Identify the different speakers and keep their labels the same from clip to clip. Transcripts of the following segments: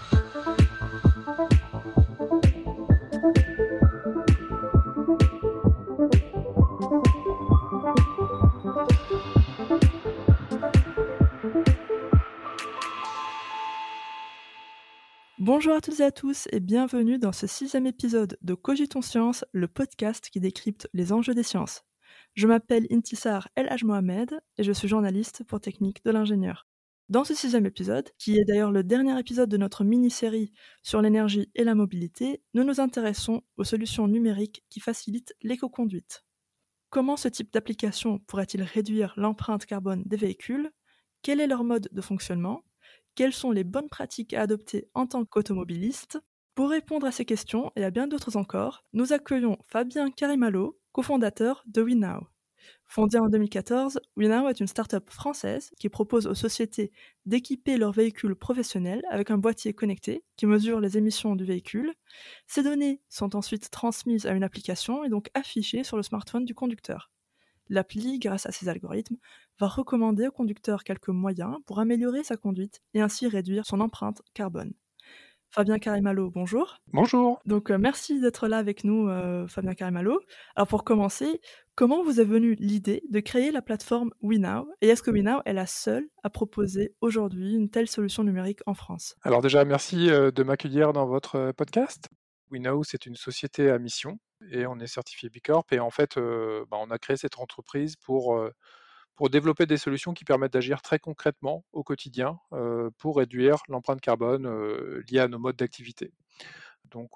Speaker 1: Bonjour à toutes et à tous et bienvenue dans ce 6e épisode de Cogitons Science, le podcast qui décrypte les enjeux des sciences. Je m'appelle Intisar El Haj Mohamed et je suis journaliste pour Technique de l'ingénieur. Dans ce 6e épisode, qui est d'ailleurs le dernier épisode de notre mini-série sur l'énergie et la mobilité, nous nous intéressons aux solutions numériques qui facilitent l'éco-conduite. Comment ce type d'application pourrait-il réduire l'empreinte carbone des véhicules? Quel est leur mode de fonctionnement? Quelles sont les bonnes pratiques à adopter en tant qu'automobiliste? Pour répondre à ces questions et à bien d'autres encore, nous accueillons Fabien Carimalo, cofondateur de WeNow. Fondée en 2014, WeNow est une start-up française qui propose aux sociétés d'équiper leurs véhicules professionnels avec un boîtier connecté qui mesure les émissions du véhicule. Ces données sont ensuite transmises à une application et donc affichées sur le smartphone du conducteur. L'appli, grâce à ses algorithmes, va recommander au conducteur quelques moyens pour améliorer sa conduite et ainsi réduire son empreinte carbone. Fabien Carimalo, bonjour.
Speaker 2: Bonjour.
Speaker 1: Donc merci d'être là avec nous, Fabien Carimalo. Alors pour commencer, comment vous est venue l'idée de créer la plateforme WeNow et est-ce que WeNow est la seule à proposer aujourd'hui une telle solution numérique en France?
Speaker 2: Alors déjà, merci de m'accueillir dans votre podcast. WeKnow, c'est une société à mission et on est certifié B Corp. Et en fait, on a créé cette entreprise pour développer des solutions qui permettent d'agir très concrètement au quotidien pour réduire l'empreinte carbone liée à nos modes d'activité. Donc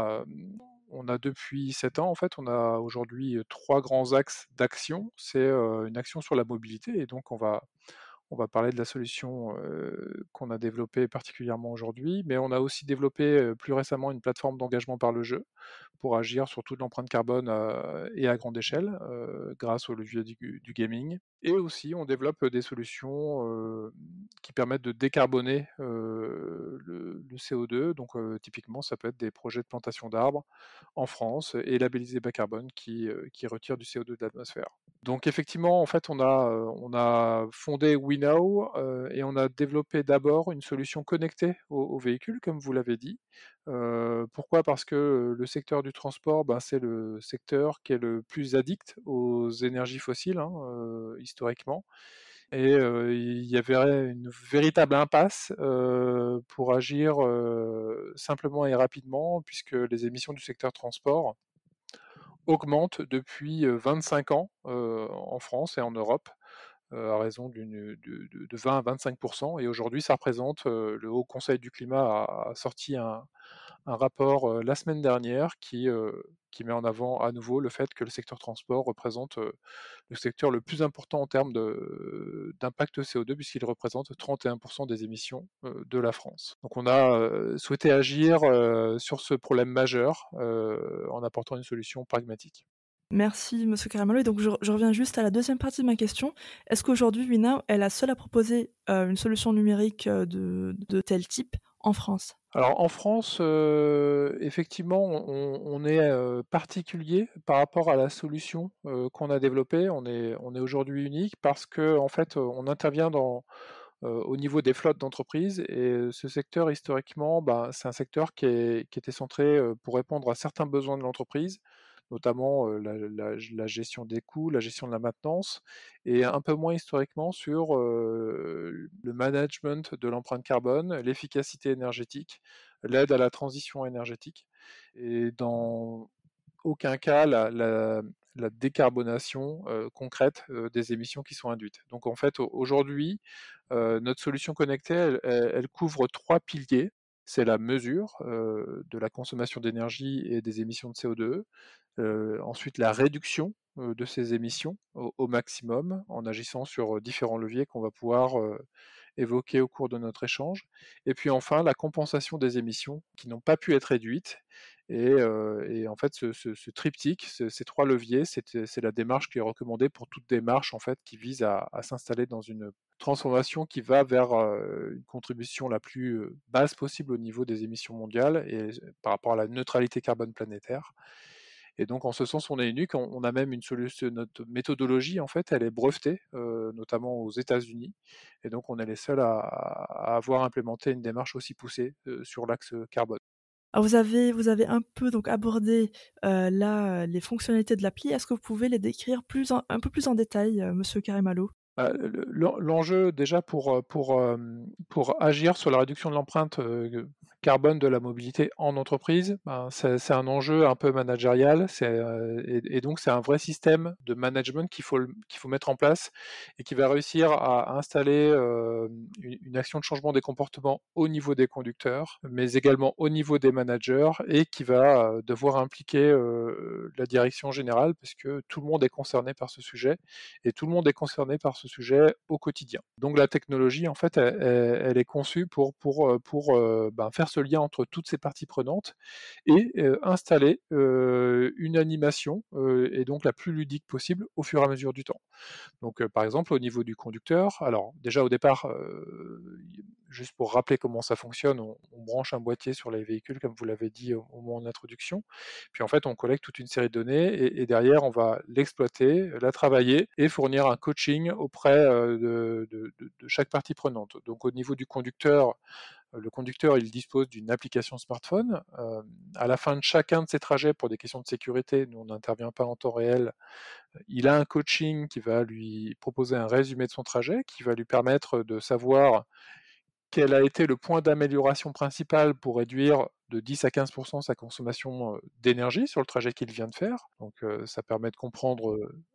Speaker 2: on a depuis 7 ans, en fait, on a aujourd'hui 3 grands axes d'action. C'est une action sur la mobilité et donc on va parler de la solution qu'on a développée particulièrement aujourd'hui, mais on a aussi développé plus récemment une plateforme d'engagement par le jeu pour agir sur toute l'empreinte carbone et à grande échelle grâce au levier du gaming. Et aussi, on développe des solutions qui permettent de décarboner le CO2. Donc, typiquement, ça peut être des projets de plantation d'arbres en France et labellisés bas carbone qui retirent du CO2 de l'atmosphère. Donc effectivement, en fait, on a fondé WeNow et on a développé d'abord une solution connectée aux véhicules, comme vous l'avez dit. Pourquoi? Parce que le secteur du transport, c'est le secteur qui est le plus addict aux énergies fossiles, hein, historiquement. Et il y avait une véritable impasse pour agir simplement et rapidement, puisque les émissions du secteur transport augmente depuis 25 ans en France et en Europe, à raison de 20 à 25%. Et aujourd'hui, ça représente, le Haut Conseil du climat a sorti un rapport la semaine dernière qui met en avant à nouveau le fait que le secteur transport représente le secteur le plus important en termes d'impact CO2, puisqu'il représente 31% des émissions de la France. Donc on a souhaité agir sur ce problème majeur en apportant une solution pragmatique.
Speaker 1: Merci Monsieur Caramelo. Et donc je reviens juste à la deuxième partie de ma question. Est-ce qu'aujourd'hui WeNow est la seule à proposer une solution numérique de tel type en France?
Speaker 2: Alors en France, effectivement, on est particulier par rapport à la solution qu'on a développée. On est aujourd'hui unique parce que en fait, on intervient au niveau des flottes d'entreprises et ce secteur historiquement, c'est un secteur qui était centré pour répondre à certains besoins de l'entreprise, notamment la gestion des coûts, la gestion de la maintenance, et un peu moins historiquement sur le management de l'empreinte carbone, l'efficacité énergétique, l'aide à la transition énergétique. Et dans aucun cas la décarbonation concrète des émissions qui sont induites. Donc en fait, aujourd'hui, notre solution connectée, elle couvre 3 piliers. C'est la mesure de la consommation d'énergie et des émissions de CO2. Ensuite, la réduction de ces émissions au maximum en agissant sur différents leviers qu'on va pouvoir évoquer au cours de notre échange. Et puis enfin, la compensation des émissions qui n'ont pas pu être réduites. Et en fait, ce triptyque, ces 3 leviers, c'est la démarche qui est recommandée pour toute démarche en fait, qui vise à s'installer dans une transformation qui va vers une contribution la plus basse possible au niveau des émissions mondiales et par rapport à la neutralité carbone planétaire. Et donc en ce sens, on est unique. On a même une solution, notre méthodologie en fait, elle est brevetée, notamment aux États-Unis. Et donc on est les seuls à avoir implémenté une démarche aussi poussée sur l'axe carbone.
Speaker 1: Alors vous avez un peu donc abordé, là, les fonctionnalités de l'appli. Est-ce que vous pouvez les décrire un peu plus en détail, monsieur Carémalo?
Speaker 2: L'enjeu déjà pour agir sur la réduction de l'empreinte carbone de la mobilité en entreprise, ben, c'est un enjeu un peu managérial, et donc c'est un vrai système de management qu'il faut mettre en place et qui va réussir à installer une action de changement des comportements au niveau des conducteurs, mais également au niveau des managers, et qui va devoir impliquer la direction générale, parce que tout le monde est concerné par ce sujet et tout le monde est concerné par ce sujet au quotidien. Donc la technologie, en fait, elle est conçue pour faire ce lien entre toutes ces parties prenantes et installer une animation, et donc la plus ludique possible au fur et à mesure du temps. Donc par exemple au niveau du conducteur, alors déjà au départ, juste pour rappeler comment ça fonctionne, on branche un boîtier sur les véhicules comme vous l'avez dit au moment de l'introduction, puis en fait on collecte toute une série de données et derrière on va l'exploiter, la travailler et fournir un coaching auprès de chaque partie prenante. Donc au niveau du conducteur, le conducteur il dispose d'une application smartphone. À la fin de chacun de ses trajets, pour des questions de sécurité, nous on n'intervient pas en temps réel, il a un coaching qui va lui proposer un résumé de son trajet, qui va lui permettre de savoir quel a été le point d'amélioration principal pour réduire de 10 à 15% sa consommation d'énergie sur le trajet qu'il vient de faire. Donc ça permet de comprendre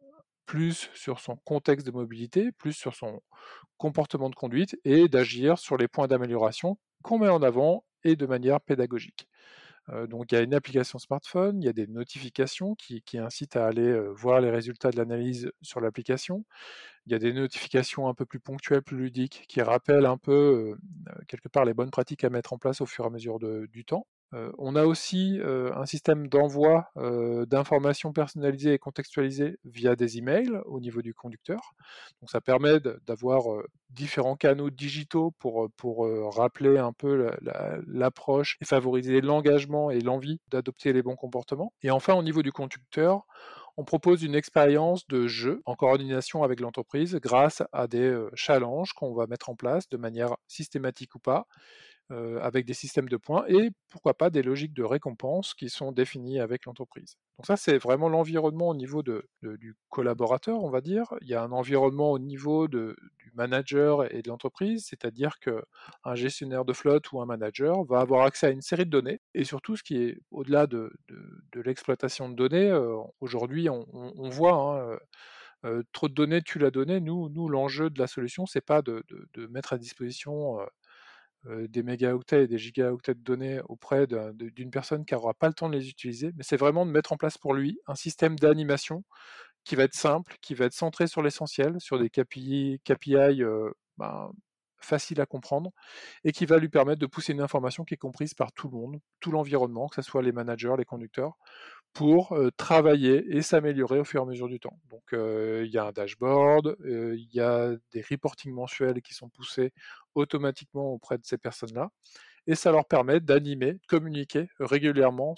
Speaker 2: plus sur son contexte de mobilité, plus sur son comportement de conduite, et d'agir sur les points d'amélioration qu'on met en avant et de manière pédagogique. Donc il y a une application smartphone, il y a des notifications qui incitent à aller voir les résultats de l'analyse sur l'application. Il y a des notifications un peu plus ponctuelles, plus ludiques, qui rappellent un peu quelque part les bonnes pratiques à mettre en place au fur et à mesure du temps. On a aussi un système d'envoi d'informations personnalisées et contextualisées via des emails au niveau du conducteur. Donc ça permet d'avoir différents canaux digitaux pour rappeler un peu l'approche et favoriser l'engagement et l'envie d'adopter les bons comportements. Et enfin, au niveau du conducteur, on propose une expérience de jeu en coordination avec l'entreprise grâce à des challenges qu'on va mettre en place de manière systématique ou pas, avec des systèmes de points et pourquoi pas des logiques de récompense qui sont définies avec l'entreprise. Donc ça, c'est vraiment l'environnement au niveau du collaborateur, on va dire. Il y a un environnement au niveau du manager et de l'entreprise, c'est-à-dire qu'un gestionnaire de flotte ou un manager va avoir accès à une série de données, et surtout ce qui est au-delà de l'exploitation de données, aujourd'hui on voit, hein, trop de données, tu l'as donné. Nous, l'enjeu de la solution, c'est pas de mettre à disposition des mégaoctets et des gigaoctets de données auprès d'une personne qui n'aura pas le temps de les utiliser, mais c'est vraiment de mettre en place pour lui un système d'animation qui va être simple, qui va être centré sur l'essentiel, sur des KPI faciles à comprendre, et qui va lui permettre de pousser une information qui est comprise par tout le monde, tout l'environnement, que ce soit les managers, les conducteurs, pour travailler et s'améliorer au fur et à mesure du temps. Donc il y a un dashboard, il y a des reportings mensuels qui sont poussés automatiquement auprès de ces personnes-là, et ça leur permet d'animer, de communiquer régulièrement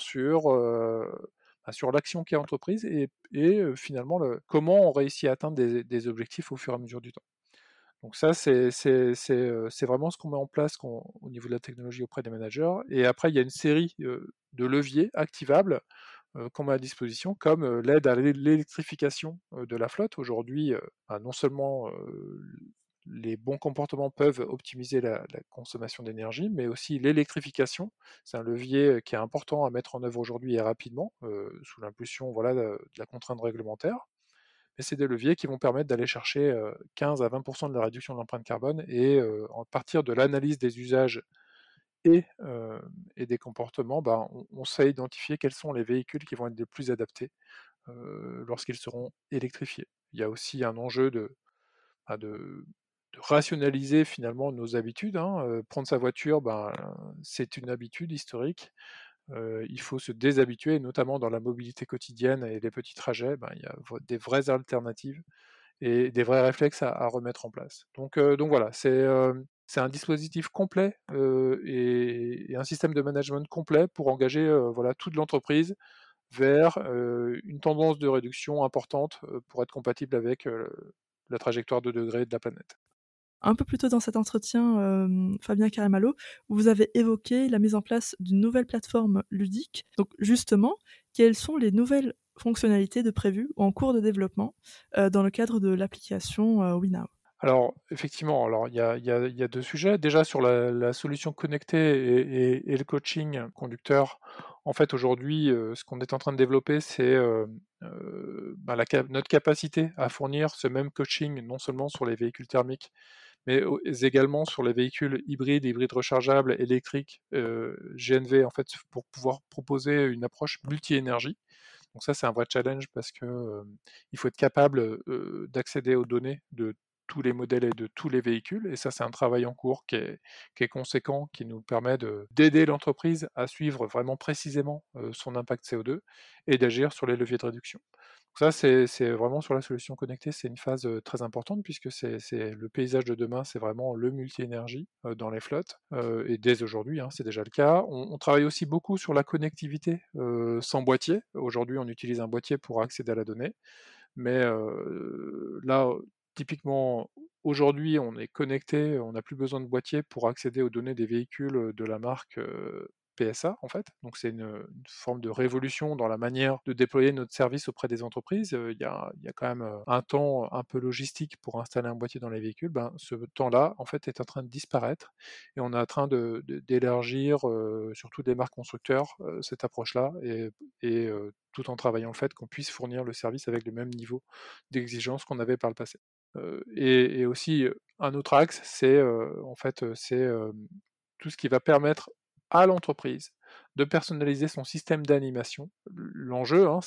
Speaker 2: sur l'action qui est entreprise et finalement comment on réussit à atteindre des objectifs au fur et à mesure du temps. Donc ça, c'est vraiment ce qu'on met en place au niveau de la technologie auprès des managers. Et après, il y a une série de leviers activables qu'on met à disposition, comme l'aide à l'électrification de la flotte. Aujourd'hui, non seulement les bons comportements peuvent optimiser la consommation d'énergie, mais aussi l'électrification. C'est un levier qui est important à mettre en œuvre aujourd'hui et rapidement, sous l'impulsion voilà, de la contrainte réglementaire. Mais c'est des leviers qui vont permettre d'aller chercher 15 à 20% de la réduction de l'empreinte carbone, et à partir de l'analyse des usages et des comportements, on sait identifier quels sont les véhicules qui vont être les plus adaptés lorsqu'ils seront électrifiés. Il y a aussi un enjeu bah, de rationaliser finalement nos habitudes, hein. Prendre sa voiture, c'est une habitude historique. Il faut se déshabituer, notamment dans la mobilité quotidienne et les petits trajets, il y a des vraies alternatives et des vrais réflexes à remettre en place. Donc voilà, c'est un dispositif complet et un système de management complet pour engager voilà, toute l'entreprise vers une tendance de réduction importante pour être compatible avec la trajectoire de degrés de la planète.
Speaker 1: Un peu plus tôt dans cet entretien, Fabien Caramalo, vous avez évoqué la mise en place d'une nouvelle plateforme ludique. Donc justement, quelles sont les nouvelles fonctionnalités de prévues ou en cours de développement, dans le cadre de l'application, WeNow?
Speaker 2: Alors effectivement, alors il y a 2 sujets. Déjà sur la solution connectée et le coaching conducteur, en fait aujourd'hui, ce qu'on est en train de développer, c'est, bah, notre capacité à fournir ce même coaching non seulement sur les véhicules thermiques, mais également sur les véhicules hybrides rechargeables, électriques, GNV, en fait, pour pouvoir proposer une approche multi-énergie. Donc ça, c'est un vrai challenge parce que, il faut être capable, d'accéder aux données de tous les modèles et de tous les véhicules, et ça, c'est un travail en cours qui est conséquent, qui nous permet d'aider l'entreprise à suivre vraiment précisément, son impact CO2 et d'agir sur les leviers de réduction. Ça, c'est vraiment sur la solution connectée, c'est une phase, très importante puisque c'est le paysage de demain, c'est vraiment le multi-énergie, dans les flottes, et dès aujourd'hui, hein, c'est déjà le cas. On travaille aussi beaucoup sur la connectivité, sans boîtier. Aujourd'hui, on utilise un boîtier pour accéder à la donnée, mais là, typiquement, aujourd'hui, on est connecté, on n'a plus besoin de boîtier pour accéder aux données des véhicules, de la marque, PSA, en fait. Donc c'est une forme de révolution dans la manière de déployer notre service auprès des entreprises. Il y a quand même, un temps un peu logistique pour installer un boîtier dans les véhicules. Ben, ce temps-là, en fait, est en train de disparaître et on est en train d'élargir, surtout des marques constructeurs, cette approche-là et tout en travaillant le fait qu'on puisse fournir le service avec le même niveau d'exigence qu'on avait par le passé. Et aussi, un autre axe, c'est, en fait, tout ce qui va permettre à l'entreprise de personnaliser son système d'animation. L'enjeu, hein,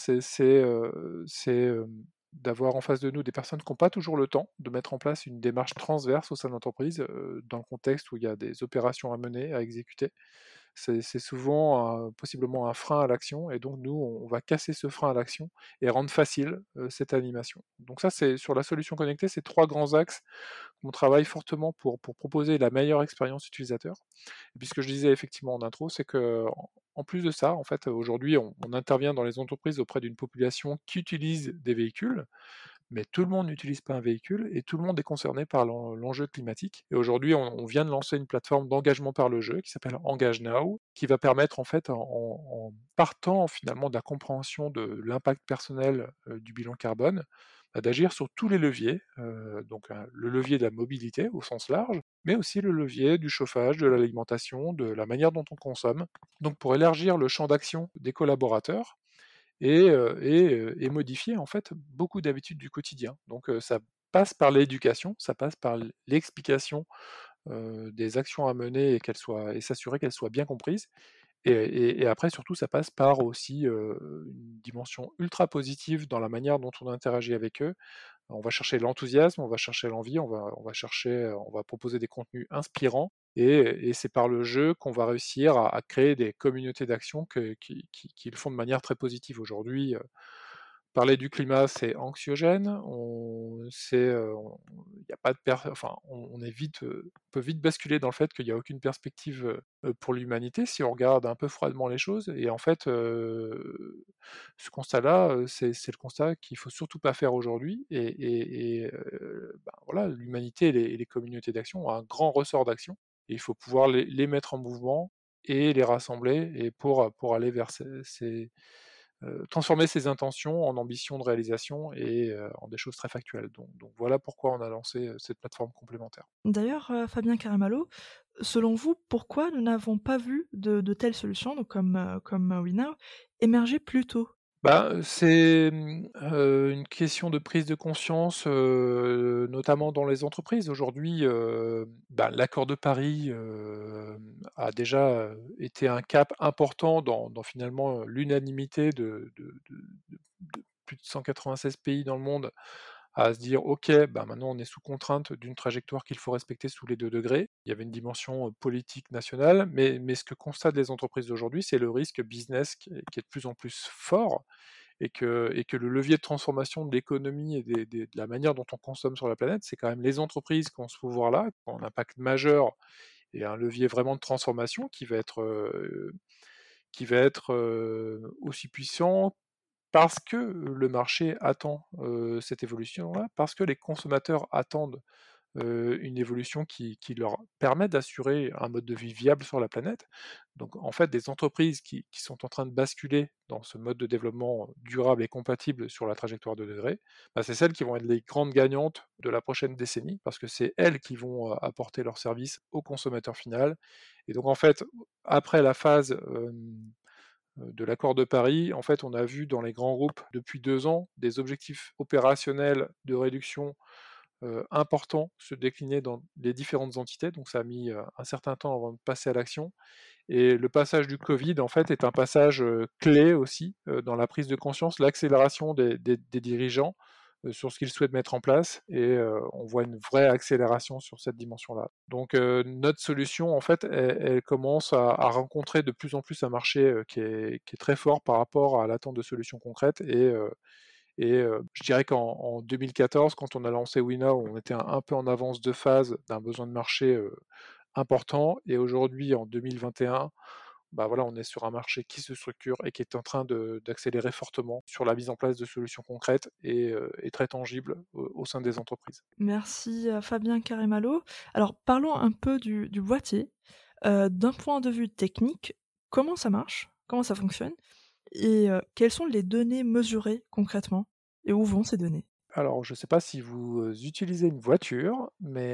Speaker 2: d'avoir en face de nous des personnes qui n'ont pas toujours le temps de mettre en place une démarche transverse au sein de l'entreprise, dans le contexte où il y a des opérations à mener, à exécuter. C'est souvent possiblement un frein à l'action, et donc nous, on va casser ce frein à l'action et rendre facile cette animation. Donc ça, c'est sur la solution connectée, c'est trois grands axes qu'on travaille fortement pour proposer la meilleure expérience utilisateur. Et puis ce que je disais effectivement en intro, c'est que en plus de ça, en fait, aujourd'hui, on intervient dans les entreprises auprès d'une population qui utilise des véhicules, mais tout le monde n'utilise pas un véhicule et tout le monde est concerné par l'enjeu climatique. Et aujourd'hui, on vient de lancer une plateforme d'engagement par le jeu qui s'appelle Engage Now, qui va permettre en fait, en partant finalement de la compréhension de l'impact personnel du bilan carbone, bah, d'agir sur tous les leviers, donc le levier de la mobilité au sens large, mais aussi le levier du chauffage, de l'alimentation, de la manière dont on consomme. Donc pour élargir le champ d'action des collaborateurs, et modifier en fait beaucoup d'habitudes du quotidien. Donc ça passe par l'éducation, ça passe par l'explication, des actions à mener et s'assurer qu'elles soient bien comprises, et après surtout ça passe par aussi, une dimension ultra positive dans la manière dont on interagit avec eux. On va chercher l'enthousiasme, on va chercher l'envie, on va proposer des contenus inspirants, et c'est par le jeu qu'on va réussir à créer des communautés d'action qui le font de manière très positive. Aujourd'hui, parler du climat, c'est anxiogène, il y a pas de enfin, on est vite, on peut vite basculer dans le fait qu'il y a aucune perspective, pour l'humanité si on regarde un peu froidement les choses, et en fait, ce constat-là, c'est le constat qu'il faut surtout pas faire aujourd'hui, ben, voilà, l'humanité et les communautés d'action ont un grand ressort d'action, et il faut pouvoir les mettre en mouvement et les rassembler, et pour aller vers transformer ses intentions en ambitions de réalisation et en des choses très factuelles. Donc voilà pourquoi on a lancé, cette plateforme complémentaire.
Speaker 1: D'ailleurs, Fabien Caramalo, selon vous, pourquoi nous n'avons pas vu de telles solutions, donc comme WeNow, émerger plus tôt?
Speaker 2: Bah, c'est, une question de prise de conscience, notamment dans les entreprises. Aujourd'hui, bah, l'accord de Paris, a déjà, été un cap important dans finalement, l'unanimité de plus de 196 pays dans le monde, à se dire: «OK, bah, maintenant on est sous contrainte d'une trajectoire qu'il faut respecter sous les 2 degrés». Il y avait une dimension, politique nationale, mais ce que constatent les entreprises d'aujourd'hui, c'est le risque business qui est de plus en plus fort, et que le levier de transformation de l'économie et de la manière dont on consomme sur la planète, c'est quand même les entreprises qui ont ce pouvoir-là, qui ont un impact majeur et un levier vraiment de transformation qui va être aussi puissant parce que le marché attend cette évolution-là, parce que les consommateurs attendent une évolution qui leur permet d'assurer un mode de vie viable sur la planète. Donc en fait, des entreprises qui sont en train de basculer dans ce mode de développement durable et compatible sur la trajectoire de degrés, bah, c'est celles qui vont être les grandes gagnantes de la prochaine décennie, parce que c'est elles qui vont apporter leurs services au consommateur final. Et donc en fait, après la phase de l'accord de Paris, en fait, on a vu dans les grands groupes depuis 2 ans des objectifs opérationnels de réduction importants se décliner dans les différentes entités. Donc ça a mis un certain temps avant de passer à l'action. Et le passage du Covid, en fait, est un passage clé aussi dans la prise de conscience, l'accélération des dirigeants sur ce qu'ils souhaitent mettre en place. Et on voit une vraie accélération sur cette dimension-là. Donc notre solution, en fait, elle commence à rencontrer de plus en plus un marché qui est très fort par rapport à l'attente de solutions concrètes. Et je dirais qu'en 2014, quand on a lancé WeNow, on était un peu en avance de phase d'un besoin de marché important. Et aujourd'hui, en 2021, bah voilà, on est sur un marché qui se structure et qui est en train d'accélérer fortement sur la mise en place de solutions concrètes et très tangibles au sein des entreprises.
Speaker 1: Merci à Fabien Caremalo. Alors parlons un peu du boîtier. D'un point de vue technique, comment ça marche? Comment ça fonctionne? Et quelles sont les données mesurées concrètement? Et où vont ces données?
Speaker 2: Alors, je ne sais pas si vous utilisez une voiture,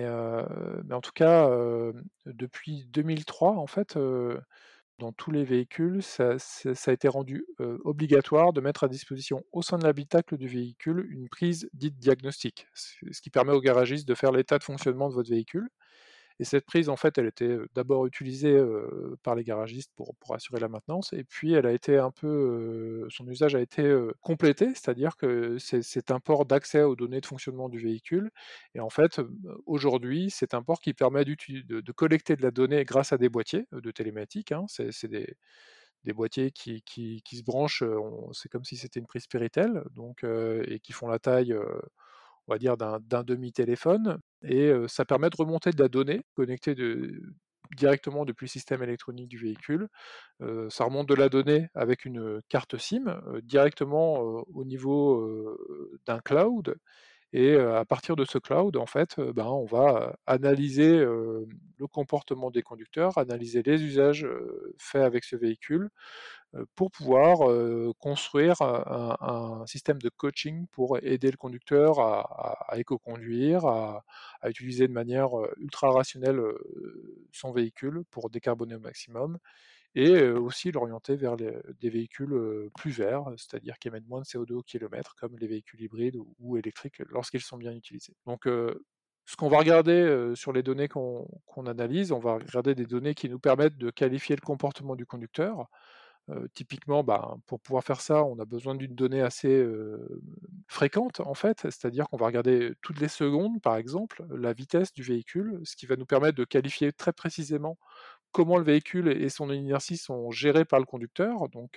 Speaker 2: mais en tout cas, depuis 2003, en fait, dans tous les véhicules, ça a été rendu obligatoire de mettre à disposition au sein de l'habitacle du véhicule une prise dite diagnostique, ce qui permet au garagiste de faire l'état de fonctionnement de votre véhicule. Et cette prise, en fait, elle était d'abord utilisée par les garagistes pour assurer la maintenance, et puis elle a été un peu, son usage a été complété, c'est-à-dire que c'est un port d'accès aux données de fonctionnement du véhicule. Et en fait, aujourd'hui, c'est un port qui permet de collecter de la donnée grâce à des boîtiers de télématique, hein. C'est des boîtiers qui se branchent, c'est comme si c'était une prise Péritel, donc, et qui font la taille, on va dire, d'un demi-téléphone. Et ça permet de remonter de la donnée connectée directement depuis le système électronique du véhicule. Ça remonte de la donnée avec une carte SIM directement au niveau d'un cloud. Et à partir de ce cloud, en fait, ben, on va analyser le comportement des conducteurs, analyser les usages faits avec ce véhicule, pour pouvoir construire un système de coaching pour aider le conducteur à éco-conduire, à utiliser de manière ultra rationnelle son véhicule pour décarboner au maximum, et aussi l'orienter vers des véhicules plus verts, c'est-à-dire qui émettent moins de CO2 au kilomètre, comme les véhicules hybrides ou électriques lorsqu'ils sont bien utilisés. Donc ce qu'on va regarder sur les données qu'on analyse, on va regarder des données qui nous permettent de qualifier le comportement du conducteur. Typiquement, bah, pour pouvoir faire ça, on a besoin d'une donnée assez fréquente, en fait, c'est-à-dire qu'on va regarder toutes les secondes, par exemple, la vitesse du véhicule, ce qui va nous permettre de qualifier très précisément comment le véhicule et son inertie sont gérés par le conducteur. Donc,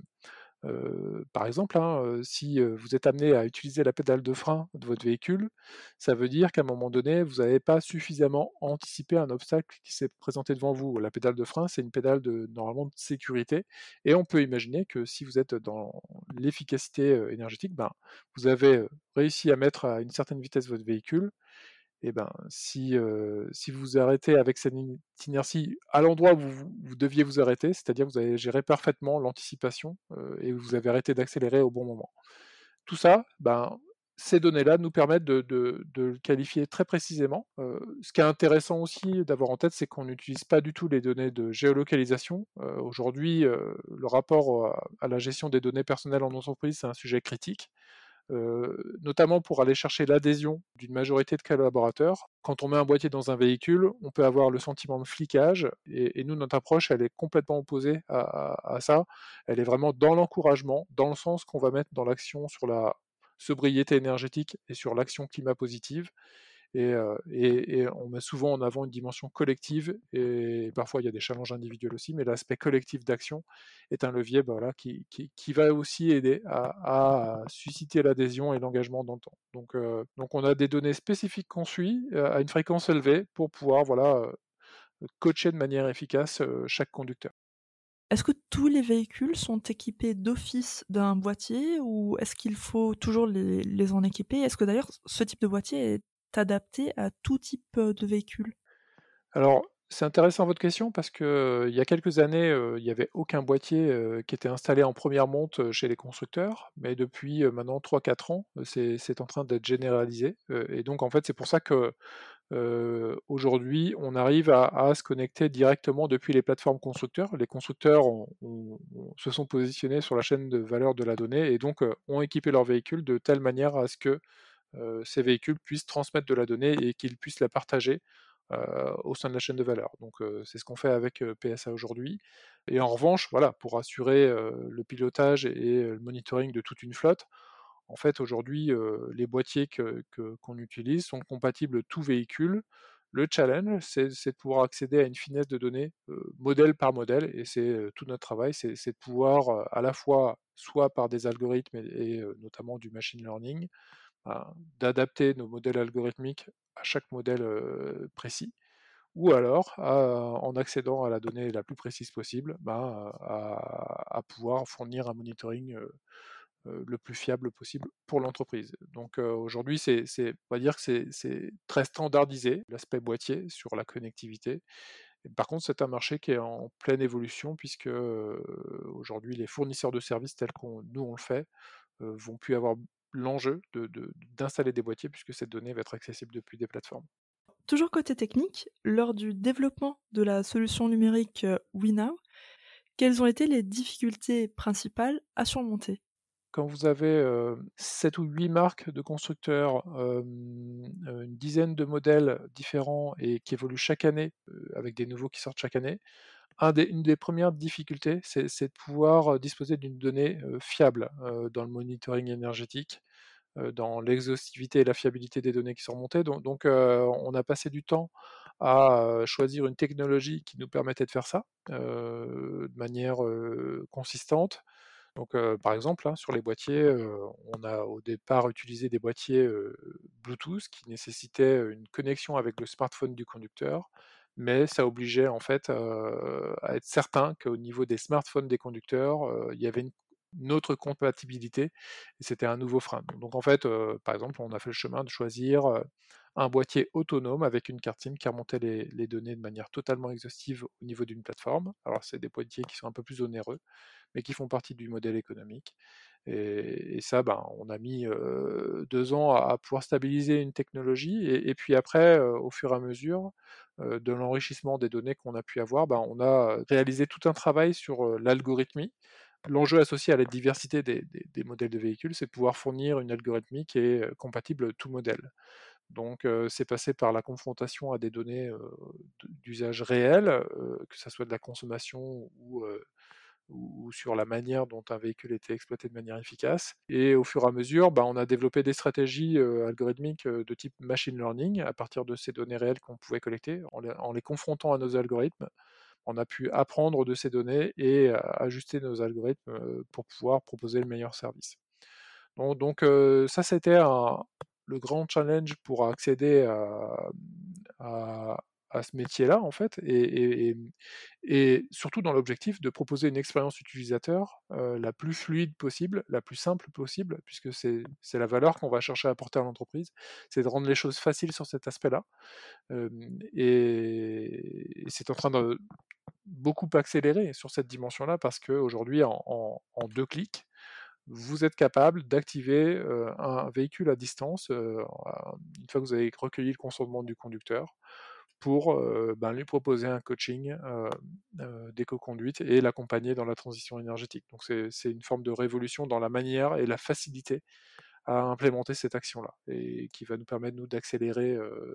Speaker 2: par exemple, hein, si vous êtes amené à utiliser la pédale de frein de votre véhicule, ça veut dire qu'à un moment donné, vous n'avez pas suffisamment anticipé un obstacle qui s'est présenté devant vous. La pédale de frein, c'est une pédale normalement de sécurité, et on peut imaginer que si vous êtes dans l'efficacité énergétique, ben, vous avez réussi à mettre à une certaine vitesse votre véhicule. Et ben, si vous vous arrêtez avec cette inertie à l'endroit où vous deviez vous arrêter, c'est-à-dire que vous avez géré parfaitement l'anticipation et vous avez arrêté d'accélérer au bon moment. Tout ça, ben, ces données-là nous permettent de le qualifier très précisément. Ce qui est intéressant aussi d'avoir en tête, c'est qu'on n'utilise pas du tout les données de géolocalisation. Aujourd'hui, le rapport à la gestion des données personnelles en entreprise, c'est un sujet critique, notamment pour aller chercher l'adhésion d'une majorité de collaborateurs. Quand on met un boîtier dans un véhicule, on peut avoir le sentiment de flicage, et nous, notre approche, elle est complètement opposée à ça. Elle est vraiment dans l'encouragement, dans le sens qu'on va mettre dans l'action sur la sobriété énergétique et sur l'action climat positive. Et on met souvent en avant une dimension collective, et parfois il y a des challenges individuels aussi, mais l'aspect collectif d'action est un levier, bah, voilà, qui va aussi aider à susciter l'adhésion et l'engagement dans le temps. Donc on a des données spécifiques qu'on suit à une fréquence élevée pour pouvoir, voilà, coacher de manière efficace chaque conducteur.
Speaker 1: Est-ce que tous les véhicules sont équipés d'office d'un boîtier ou est-ce qu'il faut toujours les en équiper? Est-ce que d'ailleurs ce type de boîtier est adapté à tout type, de véhicule?
Speaker 2: Alors, c'est intéressant votre question parce que, il y a quelques années, il y avait aucun boîtier, qui était installé en première monte, chez les constructeurs, mais depuis, maintenant 3-4 ans, c'est en train d'être généralisé, et donc en fait, c'est pour ça que, aujourd'hui, on arrive à se connecter directement depuis les plateformes constructeurs. Les constructeurs se sont positionnés sur la chaîne de valeur de la donnée et donc, ont équipé leurs véhicules de telle manière à ce que, ces véhicules puissent transmettre de la donnée et qu'ils puissent la partager, au sein de la chaîne de valeur. Donc, c'est ce qu'on fait avec, PSA aujourd'hui et en revanche, voilà, pour assurer, le pilotage et le monitoring de toute une flotte, en fait, aujourd'hui, les boîtiers qu'on utilise sont compatibles tout véhicule. Le challenge, c'est de pouvoir accéder à une finesse de données, modèle par modèle et c'est, tout notre travail, c'est de pouvoir, à la fois, soit par des algorithmes et notamment du machine learning, d'adapter nos modèles algorithmiques à chaque modèle, précis ou alors en accédant à la donnée la plus précise possible, à pouvoir fournir un monitoring, le plus fiable possible pour l'entreprise. Donc aujourd'hui, on va dire que c'est très standardisé, l'aspect boîtier sur la connectivité. Et par contre, c'est un marché qui est en pleine évolution puisque, aujourd'hui les fournisseurs de services tels qu'on nous on le fait, vont plus avoir l'enjeu d'installer des boîtiers puisque cette donnée va être accessible depuis des plateformes.
Speaker 1: Toujours côté technique, lors du développement de la solution numérique, WeNow, quelles ont été les difficultés principales à surmonter?
Speaker 2: Quand vous avez, 7 ou 8 marques de constructeurs, une dizaine de modèles différents et qui évoluent chaque année, avec des nouveaux qui sortent chaque année, une des premières difficultés, c'est de pouvoir, disposer d'une donnée, fiable, dans le monitoring énergétique, dans l'exhaustivité et la fiabilité des données qui sont remontées. On a passé du temps à, choisir une technologie qui nous permettait de faire ça, de manière, consistante. Donc, par exemple, hein, sur les boîtiers, on a au départ utilisé des boîtiers, Bluetooth qui nécessitaient, une connexion avec le smartphone du conducteur, mais ça obligeait en fait, à être certain qu'au niveau des smartphones des conducteurs, il y avait une autre compatibilité et c'était un nouveau frein. Donc en fait, par exemple, on a fait le chemin de choisir, un boîtier autonome avec une carte SIM qui remontait les données de manière totalement exhaustive au niveau d'une plateforme. Alors c'est des boîtiers qui sont un peu plus onéreux, mais qui font partie du modèle économique. Et ça, ben, on a mis 2 ans à pouvoir stabiliser une technologie et puis après, au fur et à mesure, de l'enrichissement des données qu'on a pu avoir, ben, on a réalisé tout un travail sur, l'algorithmie. L'enjeu associé à la diversité des modèles de véhicules, c'est de pouvoir fournir une algorithmie qui est, compatible tout modèle. Donc, c'est passé par la confrontation à des données, d'usage réel, que ça soit de la consommation ou sur la manière dont un véhicule était exploité de manière efficace. Et au fur et à mesure, bah, on a développé des stratégies algorithmiques de type machine learning à partir de ces données réelles qu'on pouvait collecter. En les confrontant à nos algorithmes, on a pu apprendre de ces données et ajuster nos algorithmes pour pouvoir proposer le meilleur service. Ça, c'était le grand challenge pour accéder à, à ce métier-là, en fait, et surtout dans l'objectif de proposer une expérience utilisateur la plus fluide possible, la plus simple possible, puisque c'est la valeur qu'on va chercher à apporter à l'entreprise, c'est de rendre les choses faciles sur cet aspect-là. Et c'est en train de beaucoup accélérer sur cette dimension-là, parce qu'aujourd'hui, en 2 clics, vous êtes capable d'activer un véhicule à distance, une fois que vous avez recueilli le consentement du conducteur, pour lui proposer un coaching d'éco-conduite et l'accompagner dans la transition énergétique. Donc c'est une forme de révolution dans la manière et la facilité à implémenter cette action-là, et qui va nous permettre, nous, d'accélérer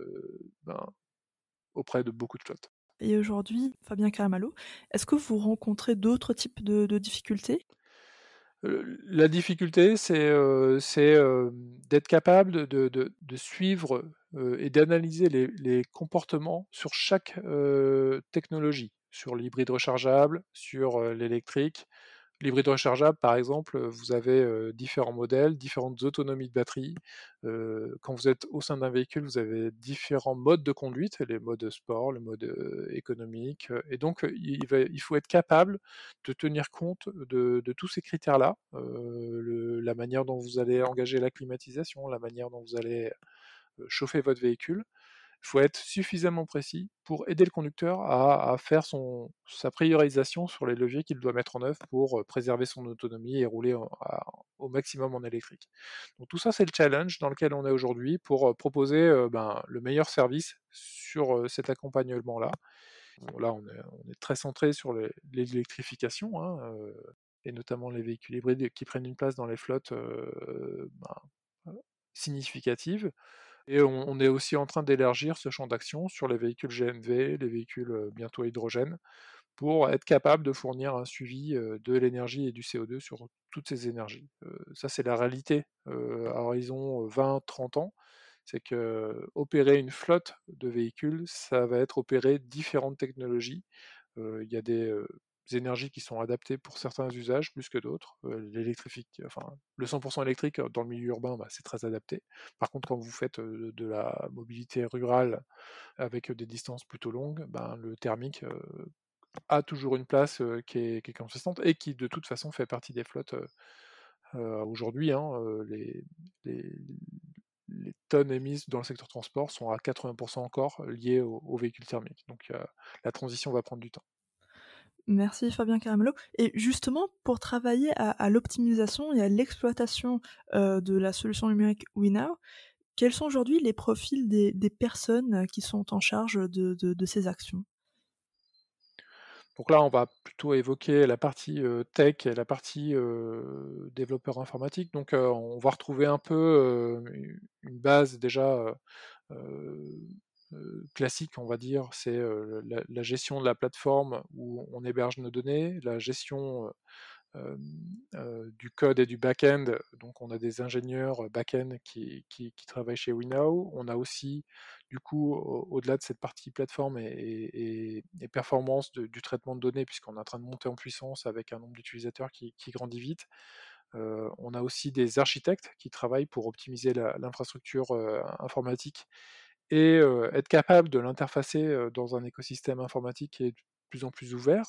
Speaker 2: auprès de beaucoup de flottes.
Speaker 1: Et aujourd'hui, Fabien Caramalo, est-ce que vous rencontrez d'autres types de difficultés?
Speaker 2: La difficulté, d'être capable de suivre, et d'analyser les comportements sur chaque, technologie, sur l'hybride rechargeable, sur, l'électrique, L'hybride rechargeable, par exemple, vous avez différents modèles, différentes autonomies de batterie. Quand vous êtes au sein d'un véhicule, vous avez différents modes de conduite, les modes sport, le mode économique, et donc il faut être capable de tenir compte de tous ces critères-là, la manière dont vous allez engager la climatisation, la manière dont vous allez chauffer votre véhicule. Il faut être suffisamment précis pour aider le conducteur à faire sa priorisation sur les leviers qu'il doit mettre en œuvre pour préserver son autonomie et rouler au maximum en électrique. Donc tout ça, c'est le challenge dans lequel on est aujourd'hui pour proposer le meilleur service sur cet accompagnement-là. Bon, là, on est très centré sur l'électrification, hein, et notamment les véhicules hybrides qui prennent une place dans les flottes significatives. Et on est aussi en train d'élargir ce champ d'action sur les véhicules GMV, les véhicules bientôt hydrogène, pour être capable de fournir un suivi de l'énergie et du CO2 sur toutes ces énergies. Ça, c'est la réalité à horizon 20-30 ans. C'est que opérer une flotte de véhicules, ça va être opérer différentes technologies. Il y a des énergies qui sont adaptées pour certains usages plus que d'autres. Le 100% électrique dans le milieu urbain, c'est très adapté. Par contre, quand vous faites de la mobilité rurale avec des distances plutôt longues, le thermique a toujours une place qui est consistante et qui de toute façon fait partie des flottes aujourd'hui. Hein, les, les tonnes émises dans le secteur transport sont à 80% encore liées aux véhicules thermiques. Donc la transition va prendre du temps.
Speaker 1: Merci Fabien Caramello. Et justement, pour travailler à l'optimisation et à l'exploitation de la solution numérique WeNow, quels sont aujourd'hui les profils des personnes qui sont en charge de ces actions?
Speaker 2: Donc là, on va plutôt évoquer la partie tech et la partie développeur informatique. Donc on va retrouver un peu une base déjà classique, on va dire. C'est la gestion de la plateforme où on héberge nos données, la gestion du code et du back-end. Donc, on a des ingénieurs back-end qui travaillent chez WeNow. On a aussi, du coup, au-delà de cette partie plateforme et performance du traitement de données, puisqu'on est en train de monter en puissance avec un nombre d'utilisateurs qui grandit vite. On a aussi des architectes qui travaillent pour optimiser l'infrastructure informatique et être capable de l'interfacer dans un écosystème informatique qui est de plus en plus ouvert.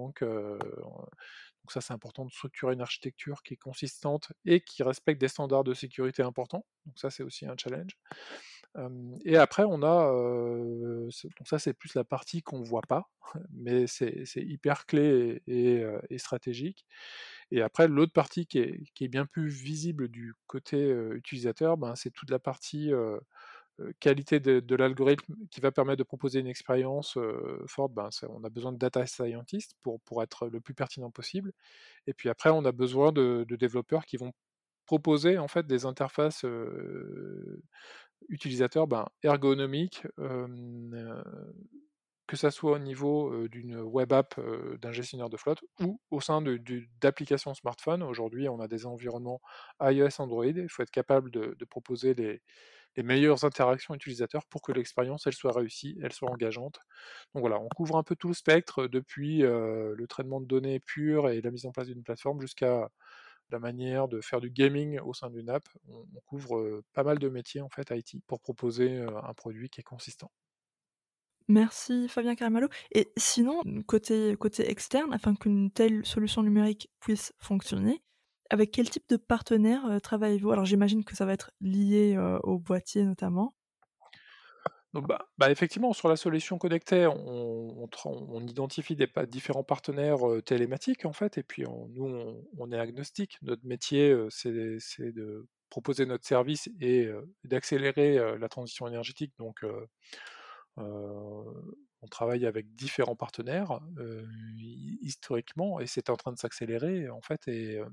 Speaker 2: Donc ça, c'est important de structurer une architecture qui est consistante et qui respecte des standards de sécurité importants. Donc ça, c'est aussi un challenge. Et après, on a, donc ça, c'est plus la partie qu'on ne voit pas, mais c'est hyper clé et stratégique. Et après, l'autre partie qui est bien plus visible du côté utilisateur, c'est toute la partie qualité de l'algorithme qui va permettre de proposer une expérience forte. On a besoin de data scientists pour être le plus pertinent possible. Et puis après, on a besoin de développeurs qui vont proposer en fait des interfaces utilisateurs ergonomiques, que ça soit au niveau d'une web app d'un gestionnaire de flotte ou au sein d'applications smartphone. Aujourd'hui, on a des environnements iOS, Android. Il faut être capable de proposer les meilleures interactions utilisateurs pour que l'expérience elle soit réussie, elle soit engageante. Donc voilà, on couvre un peu tout le spectre depuis le traitement de données pur et la mise en place d'une plateforme jusqu'à la manière de faire du gaming au sein d'une app. On couvre pas mal de métiers en fait IT pour proposer un produit qui est consistant.
Speaker 1: Merci Fabien Caramallo. Et sinon, côté externe, afin qu'une telle solution numérique puisse fonctionner, avec quel type de partenaire travaillez-vous? Alors j'imagine que ça va être lié au boîtier notamment.
Speaker 2: Donc, effectivement, sur la solution connectée, on identifie différents partenaires télématiques, en fait, et puis nous, on est agnostique. Notre métier, c'est de proposer notre service et d'accélérer la transition énergétique. Donc, on travaille avec différents partenaires historiquement, et c'est en train de s'accélérer, en fait,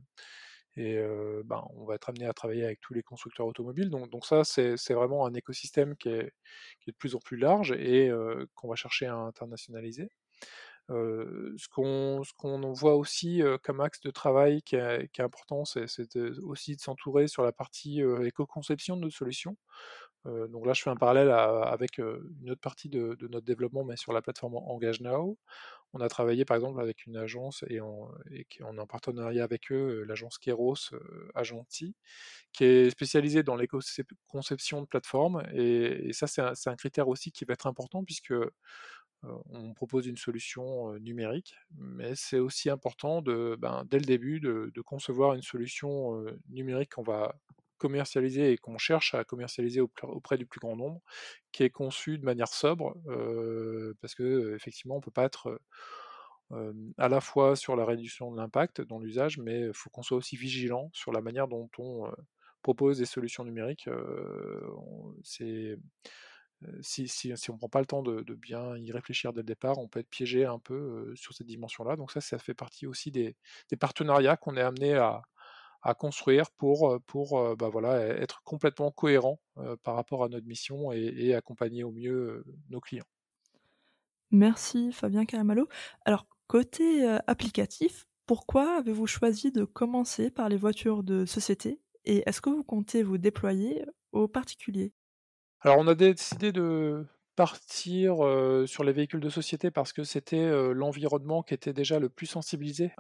Speaker 2: on va être amené à travailler avec tous les constructeurs automobiles. Donc ça, c'est vraiment un écosystème qui est de plus en plus large et qu'on va chercher à internationaliser. Ce qu'on voit aussi, comme axe de travail qui est important, c'est aussi de s'entourer sur la partie, éco-conception de nos solutions. Donc là, je fais un parallèle avec, une autre partie de notre développement, mais sur la plateforme Engage Now. On a travaillé par exemple avec une agence et qu'on est en partenariat avec eux, l'agence Keros, à Gentilly, qui est spécialisée dans l'éco-conception de plateformes et ça c'est un critère aussi qui va être important puisque, on propose une solution, numérique, mais c'est aussi important dès le début de concevoir une solution, numérique qu'on va commercialiser et qu'on cherche à commercialiser auprès du plus grand nombre, qui est conçue de manière sobre, parce que, effectivement on peut pas être, à la fois sur la réduction de l'impact dans l'usage, mais il faut qu'on soit aussi vigilant sur la manière dont on, propose des solutions numériques, si on prend pas le temps de bien y réfléchir dès le départ, on peut être piégé un peu, sur cette dimension-là. Donc ça fait partie aussi des partenariats qu'on est amené à construire pour voilà, être complètement cohérent, par rapport à notre mission et accompagner au mieux, nos clients.
Speaker 1: Merci Fabien Caramalo. Alors côté, applicatif, pourquoi avez-vous choisi de commencer par les voitures de société et est-ce que vous comptez vous déployer aux particuliers?
Speaker 2: Alors on a décidé de partir, sur les véhicules de société parce que c'était, l'environnement qui était déjà le plus sensibilisé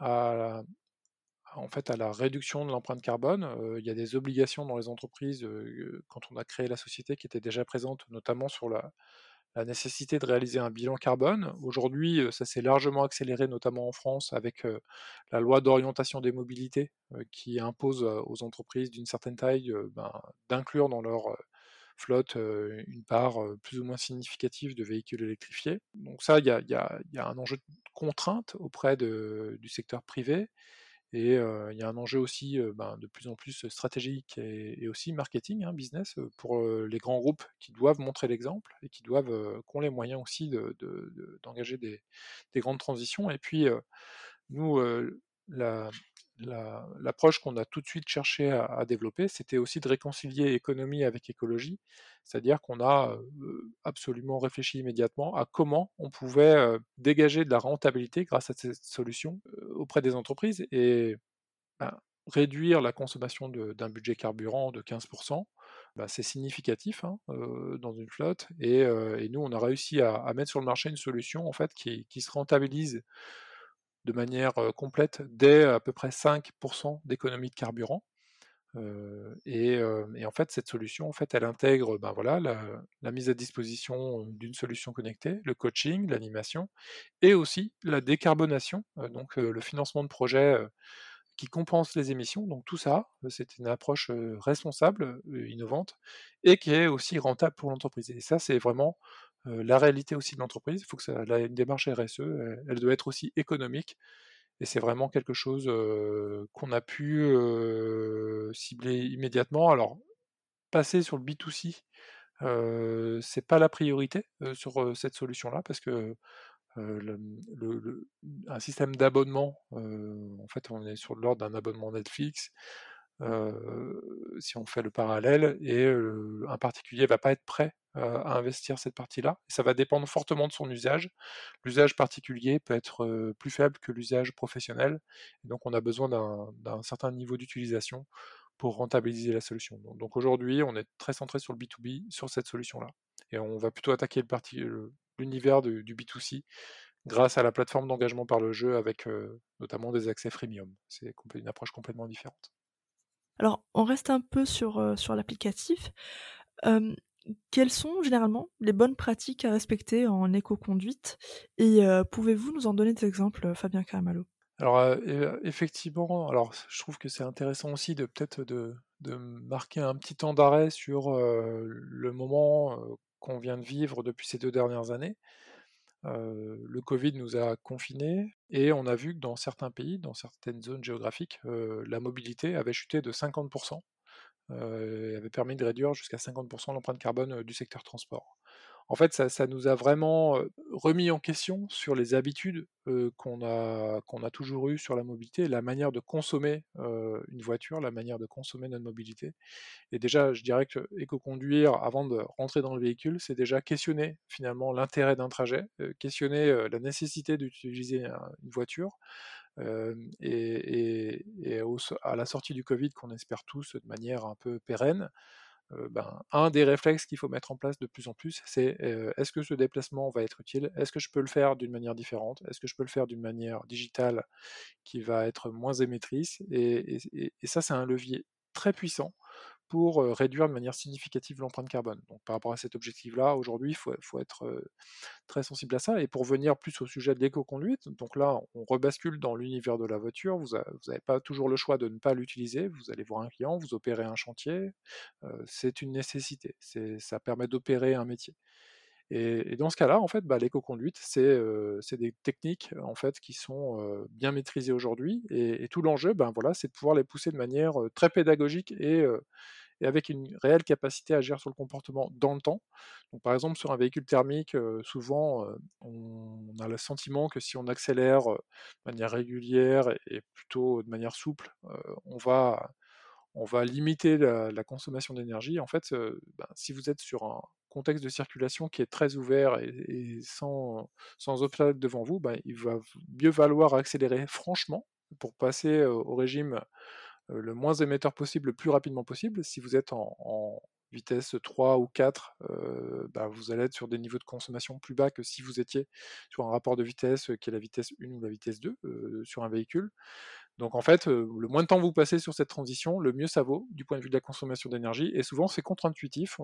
Speaker 2: en fait, à la réduction de l'empreinte carbone. Il y a des obligations dans les entreprises, quand on a créé la société qui étaient déjà présentes, notamment sur la nécessité de réaliser un bilan carbone. Aujourd'hui, ça s'est largement accéléré, notamment en France, avec, la loi d'orientation des mobilités, qui impose, aux entreprises d'une certaine taille, d'inclure dans leur, flotte, une part, plus ou moins significative de véhicules électrifiés. Donc ça, il y a un enjeu de contrainte auprès du secteur privé et il y a un enjeu aussi, de plus en plus stratégique et aussi marketing, hein, business, pour, les grands groupes qui doivent montrer l'exemple et qui ont les moyens aussi d'engager des grandes transitions et puis, nous, la l'approche qu'on a tout de suite cherché à développer, c'était aussi de réconcilier économie avec écologie. C'est-à-dire qu'on a, absolument réfléchi immédiatement à comment on pouvait, dégager de la rentabilité grâce à cette solution, auprès des entreprises et ben, réduire la consommation d'un budget carburant de 15, c'est significatif, hein, dans une flotte et nous, on a réussi à mettre sur le marché une solution en fait qui se rentabilise de manière, complète dès à peu près 5 d'économie de carburant, et en fait, cette solution, en fait, elle intègre, voilà, la mise à disposition, d'une solution connectée, le coaching, l'animation et aussi la décarbonation, donc le financement de projets, qui compense les émissions. Donc tout ça, c'est une approche, responsable, innovante et qui est aussi rentable pour l'entreprise et ça, c'est vraiment, la réalité aussi de l'entreprise. Il faut que ça une démarche RSE, elle doit être aussi économique et c'est vraiment quelque chose, qu'on a pu, cibler immédiatement. Alors passer sur le B2C, c'est pas la priorité, sur, cette solution-là parce que, le un système d'abonnement, en fait, on est sur l'ordre d'un abonnement Netflix, si on fait le parallèle et un particulier va pas être prêt, à investir cette partie-là. Ça va dépendre fortement de son usage. L'usage particulier peut être, plus faible que l'usage professionnel et donc on a besoin d'un certain niveau d'utilisation pour rentabiliser la solution. Donc aujourd'hui, on est très centré sur le B2B, sur cette solution-là et on va plutôt attaquer l'univers du B2C grâce à la plateforme d'engagement par le jeu avec, notamment des accès freemium. C'est une approche complètement différente.
Speaker 1: Alors on reste un peu sur l'applicatif. Hem, Quelles sont généralement les bonnes pratiques à respecter en écoconduite et pouvez-vous nous en donner des exemples, Fabien Caramalo?
Speaker 2: Alors, effectivement, alors je trouve que c'est intéressant aussi de peut-être de marquer un petit temps d'arrêt sur, le moment, qu'on vient de vivre depuis ces 2 dernières années. Le Covid nous a confinés et on a vu que dans certains pays, dans certaines zones géographiques, la mobilité avait chuté de 50 et avait permis de réduire jusqu'à 50 l'empreinte carbone, du secteur transport. En fait, ça nous a vraiment, remis en question sur les habitudes, qu'on a toujours eues sur la mobilité, la manière de consommer, une voiture, la manière de consommer notre mobilité. Et déjà, je dirais que éco-conduire, avant de rentrer dans le véhicule, c'est déjà questionner finalement l'intérêt d'un trajet, questionner, la nécessité d'utiliser une voiture. À la sortie du Covid, qu'on espère tous de manière un peu pérenne, un des réflexes qu'il faut mettre en place de plus en plus, c'est est-ce que ce déplacement va être utile? Est-ce que je peux le faire d'une manière différente? Est-ce que je peux le faire d'une manière digitale qui va être moins émettrice? Et ça, c'est un levier très puissant pour réduire de manière significative l'empreinte carbone. Donc par rapport à cet objectif-là, aujourd'hui, il faut être très sensible à ça. Et pour venir plus au sujet de l'éco-conduite, donc là, on rebascule dans l'univers de la voiture. Vous n'avez pas toujours le choix de ne pas l'utiliser. Vous allez voir un client, vous opérez un chantier. C'est une nécessité. Ça permet d'opérer un métier. Et dans ce cas-là, en fait, l'éco-conduite, c'est des techniques en fait qui sont bien maîtrisées aujourd'hui. Et tout l'enjeu, voilà, c'est de pouvoir les pousser de manière très pédagogique et avec une réelle capacité à agir sur le comportement dans le temps. Donc, par exemple, sur un véhicule thermique, souvent, on a le sentiment que si on accélère de manière régulière et plutôt de manière souple, on va limiter la consommation d'énergie. En fait, si vous êtes sur un contexte de circulation qui est très ouvert et sans obstacle devant vous, il va mieux valoir accélérer franchement pour passer au régime le moins émetteur possible, le plus rapidement possible. Si vous êtes en vitesse 3 ou 4, vous allez être sur des niveaux de consommation plus bas que si vous étiez sur un rapport de vitesse qui est la vitesse 1 ou la vitesse 2 sur un véhicule. Donc en fait, le moins de temps vous passez sur cette transition, le mieux ça vaut du point de vue de la consommation d'énergie. Et souvent c'est contre-intuitif.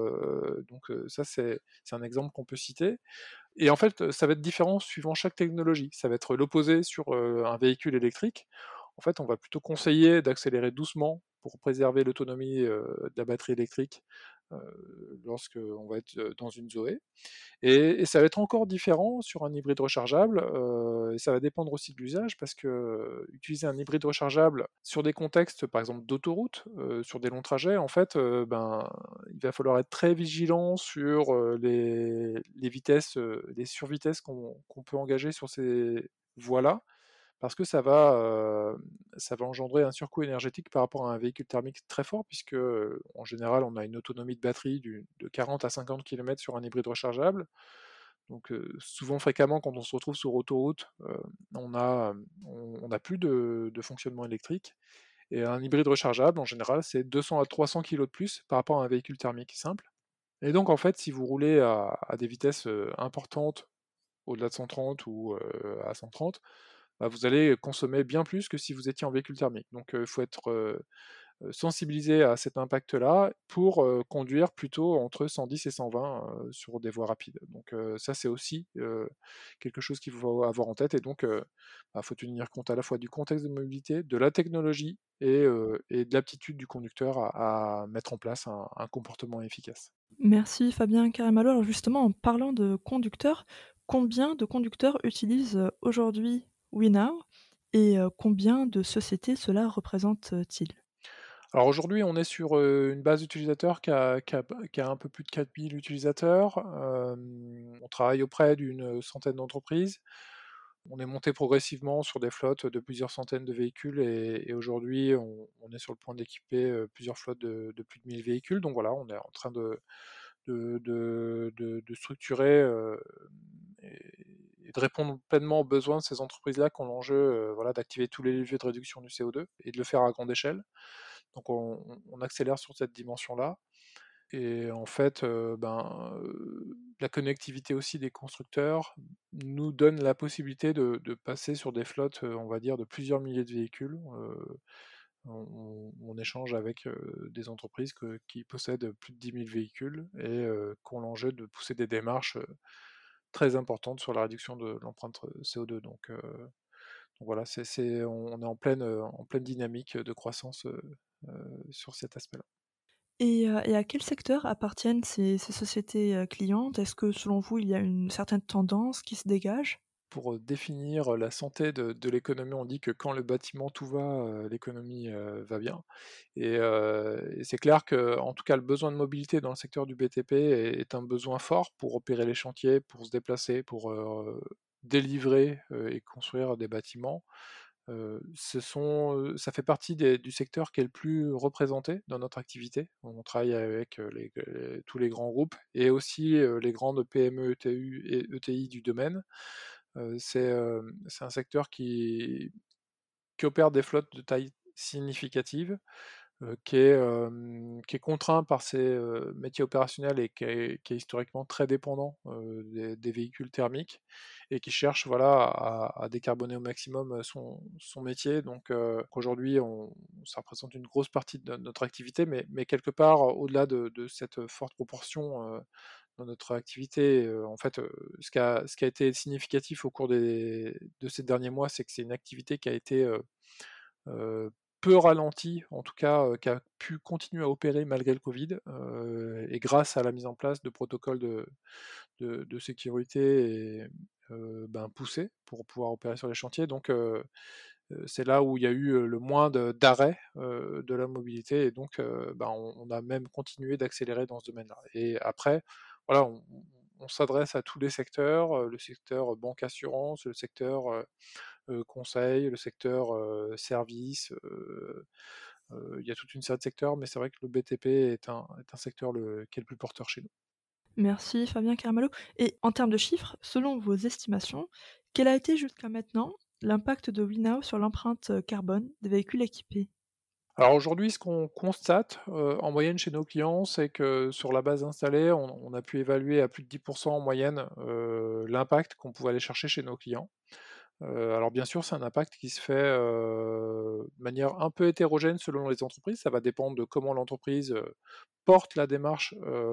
Speaker 2: Ça c'est un exemple qu'on peut citer. Et en fait, ça va être différent suivant chaque technologie. Ça va être l'opposé sur un véhicule électrique. En fait, on va plutôt conseiller d'accélérer doucement pour préserver l'autonomie de la batterie électrique lorsque on va être dans une ZOE. Et ça va être encore différent sur un hybride rechargeable, et ça va dépendre aussi de l'usage parce que utiliser un hybride rechargeable sur des contextes, par exemple d'autoroute, sur des longs trajets, en fait, il va falloir être très vigilant sur les vitesses, les survitesses qu'on peut engager sur ces voies-là, parce que ça va engendrer un surcoût énergétique par rapport à un véhicule thermique très fort, puisque en général on a une autonomie de batterie de 40 à 50 km sur un hybride rechargeable. Donc souvent fréquemment quand on se retrouve sur autoroute, on n'a plus de fonctionnement électrique. Et un hybride rechargeable, en général, c'est 200 à 300 kg de plus par rapport à un véhicule thermique simple. Et donc en fait, si vous roulez à des vitesses importantes, au-delà de 130 ou à 130, vous allez consommer bien plus que si vous étiez en véhicule thermique. Donc il faut être sensibilisé à cet impact-là pour conduire plutôt entre 110 et 120 sur des voies rapides. Donc ça, c'est aussi quelque chose qu'il faut avoir en tête. Et donc, faut tenir compte à la fois du contexte de mobilité, de la technologie et de l'aptitude du conducteur à mettre en place un comportement efficace.
Speaker 1: Merci Fabien Caramalo. Alors justement, en parlant de conducteurs, combien de conducteurs utilisent, aujourd'hui WeNow et combien de sociétés cela représente-t-il?
Speaker 2: Alors aujourd'hui, on est sur une base d'utilisateurs qui a un peu plus de 4000 utilisateurs. On travaille auprès d'une centaine d'entreprises. On est monté progressivement sur des flottes de plusieurs centaines de véhicules et aujourd'hui, on est sur le point d'équiper plusieurs flottes de plus de 1000 véhicules. Donc voilà, on est en train de structurer et de répondre pleinement aux besoins de ces entreprises-là qui ont l'enjeu voilà, d'activer tous les leviers de réduction du CO2 et de le faire à grande échelle. Donc on accélère sur cette dimension-là. Et en fait, la connectivité aussi des constructeurs nous donne la possibilité de passer sur des flottes, on va dire, de plusieurs milliers de véhicules. On échange avec des entreprises qui possèdent plus de 10 000 véhicules et qui ont l'enjeu de pousser des démarches très importantes sur la réduction de l'empreinte CO2. Donc voilà, on est en pleine dynamique de croissance sur cet aspect-là.
Speaker 1: Et à quel secteur appartiennent ces sociétés, clientes? Est-ce que selon vous, il y a une certaine tendance qui se dégage?
Speaker 2: pour définir la santé de l'économie. On dit que quand le bâtiment tout va, l'économie va bien. Et c'est clair que, en tout cas, le besoin de mobilité dans le secteur du BTP est un besoin fort pour opérer les chantiers, pour se déplacer, pour délivrer et construire des bâtiments. Ça fait partie du secteur qui est le plus représenté dans notre activité. On travaille avec tous les grands groupes et aussi les grandes PME, ETU et ETI du domaine. C'est un secteur qui opère des flottes de taille significative, qui est contraint par ses métiers opérationnels et qui est historiquement très dépendant des véhicules thermiques et qui cherche voilà, à décarboner au maximum son métier. Donc aujourd'hui, ça représente une grosse partie de notre activité, mais quelque part, au-delà de cette forte proportion dans notre activité, en fait, ce qui a été significatif au cours de ces derniers mois, c'est que c'est une activité qui a été euh, peu ralenti, en tout cas, qui a pu continuer à opérer malgré le Covid, et grâce à la mise en place de protocoles de sécurité et, poussés pour pouvoir opérer sur les chantiers. Donc, c'est là où il y a eu le moins d'arrêts de la mobilité, et donc on a même continué d'accélérer dans ce domaine-là. Et après, voilà, on s'adresse à tous les secteurs, le secteur banque assurance, le secteur conseil, le secteur service. Il y a toute une série de secteurs, mais c'est vrai que le BTP est un secteur qui est le plus porteur chez nous.
Speaker 1: Merci Fabien Carmelo. Et en termes de chiffres, selon vos estimations, quel a été jusqu'à maintenant l'impact de WeNow sur l'empreinte carbone des véhicules équipés?
Speaker 2: Alors aujourd'hui, ce qu'on constate en moyenne chez nos clients, c'est que sur la base installée, on a pu évaluer à plus de 10% en moyenne l'impact qu'on pouvait aller chercher chez nos clients. Alors bien sûr, c'est un impact qui se fait de manière un peu hétérogène selon les entreprises. Ça va dépendre de comment l'entreprise porte la démarche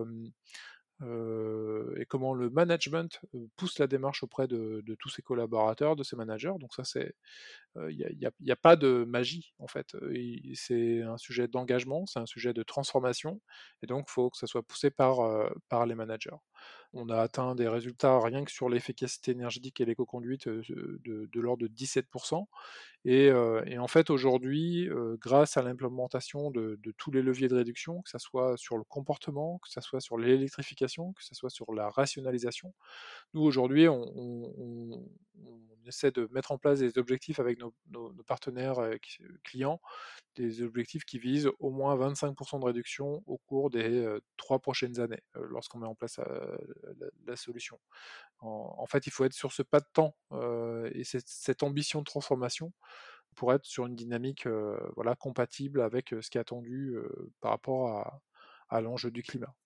Speaker 2: et comment le management pousse la démarche auprès de tous ses collaborateurs, de ses managers. Donc ça, il y a pas de magie en fait. C'est un sujet d'engagement, c'est un sujet de transformation, et donc il faut que ça soit poussé par les managers. On a atteint des résultats rien que sur l'efficacité énergétique et l'éco-conduite de l'ordre de 17%. Et en fait, aujourd'hui, grâce à l'implémentation de tous les leviers de réduction, que ça soit sur le comportement, que ça soit sur l'électrification, que ça soit sur la rationalisation, nous, aujourd'hui, on essaie de mettre en place des objectifs avec nos partenaires clients, des objectifs qui visent au moins 25% de réduction au cours des 3 prochaines années, lorsqu'on met en place la solution. En fait, il faut être sur ce pas de temps et cette ambition de transformation pour être sur une dynamique voilà, compatible avec ce qui est attendu par rapport à l'enjeu du climat.